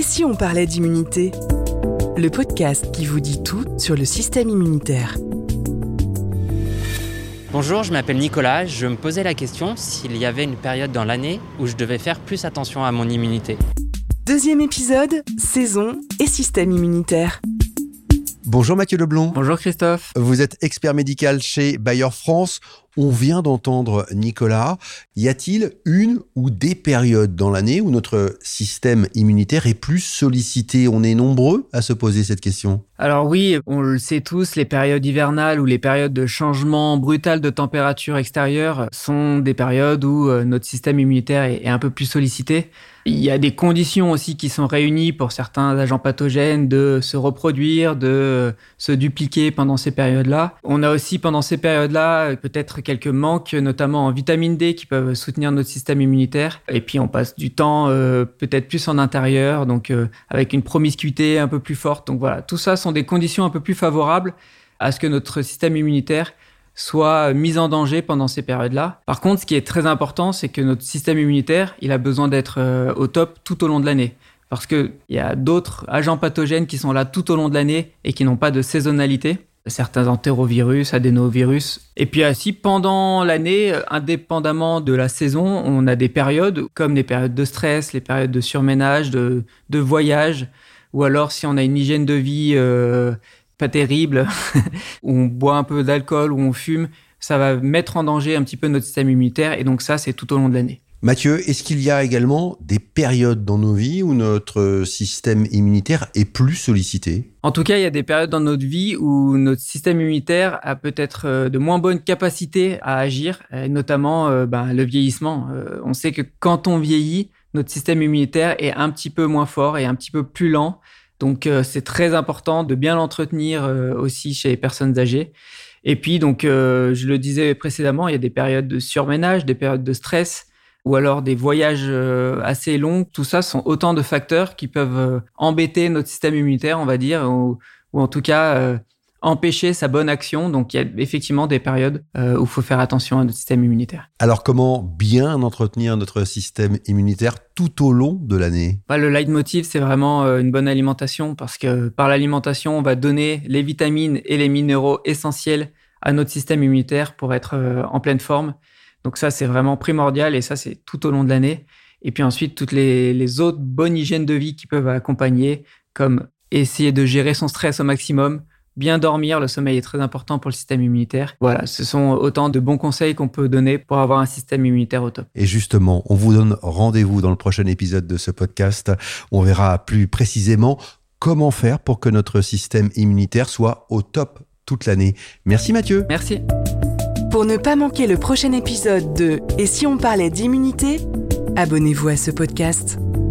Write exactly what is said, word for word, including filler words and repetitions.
si on parlait d'immunité ? Le podcast qui vous dit tout sur le système immunitaire. Bonjour, je m'appelle Nicolas. Je me posais la question s'il y avait une période dans l'année où je devais faire plus attention à mon immunité. Deuxième épisode, saison et système immunitaire. Bonjour Mathieu Leblond. Bonjour Christophe. Vous êtes expert médical chez Bayer France. On vient d'entendre Nicolas. Y a-t-il une ou des périodes dans l'année où notre système immunitaire est plus sollicité ? On est nombreux à se poser cette question. Alors oui, on le sait tous, les périodes hivernales ou les périodes de changement brutal de température extérieure sont des périodes où notre système immunitaire est un peu plus sollicité. Il y a des conditions aussi qui sont réunies pour certains agents pathogènes de se reproduire, de se dupliquer pendant ces périodes-là. On a aussi pendant ces périodes-là peut-être quelques manques, notamment en vitamine D, qui peuvent soutenir notre système immunitaire. Et puis on passe du temps euh, peut-être plus en intérieur, donc euh, avec une promiscuité un peu plus forte. Donc voilà, tout ça sont des conditions un peu plus favorables à ce que notre système immunitaire soit mis en danger pendant ces périodes-là. Par contre, ce qui est très important, c'est que notre système immunitaire, il a besoin d'être euh, au top tout au long de l'année. Parce qu'il y a d'autres agents pathogènes qui sont là tout au long de l'année et qui n'ont pas de saisonnalité. Certains entérovirus, adénovirus. Et puis aussi, pendant l'année, indépendamment de la saison, on a des périodes comme les périodes de stress, les périodes de surménage, de, de voyage, ou alors si on a une hygiène de vie euh, pas terrible, où on boit un peu d'alcool, où on fume, ça va mettre en danger un petit peu notre système immunitaire. Et donc ça, c'est tout au long de l'année. Mathieu, est-ce qu'il y a également des périodes dans nos vies où notre système immunitaire est plus sollicité ? En tout cas, il y a des périodes dans notre vie où notre système immunitaire a peut-être de moins bonnes capacités à agir, notamment euh, ben, le vieillissement. Euh, on sait que quand on vieillit, notre système immunitaire est un petit peu moins fort et un petit peu plus lent. Donc, euh, c'est très important de bien l'entretenir euh, aussi chez les personnes âgées. Et puis, donc, euh, je le disais précédemment, il y a des périodes de surménage, des périodes de stress, ou alors des voyages assez longs. Tout ça sont autant de facteurs qui peuvent embêter notre système immunitaire, on va dire, ou, ou en tout cas euh, empêcher sa bonne action. Donc, il y a effectivement des périodes euh, où il faut faire attention à notre système immunitaire. Alors, comment bien entretenir notre système immunitaire tout au long de l'année ? Bah, le leitmotiv, c'est vraiment euh, une bonne alimentation parce que par l'alimentation, on va donner les vitamines et les minéraux essentiels à notre système immunitaire pour être euh, en pleine forme. Donc ça, c'est vraiment primordial et ça, c'est tout au long de l'année. Et puis ensuite, toutes les, les autres bonnes hygiènes de vie qui peuvent accompagner, comme essayer de gérer son stress au maximum, bien dormir, le sommeil est très important pour le système immunitaire. Voilà, ce sont autant de bons conseils qu'on peut donner pour avoir un système immunitaire au top. Et justement, on vous donne rendez-vous dans le prochain épisode de ce podcast. On verra plus précisément comment faire pour que notre système immunitaire soit au top toute l'année. Merci Mathieu. Merci. Pour ne pas manquer le prochain épisode de « Et si on parlait d'immunité ?», abonnez-vous à ce podcast.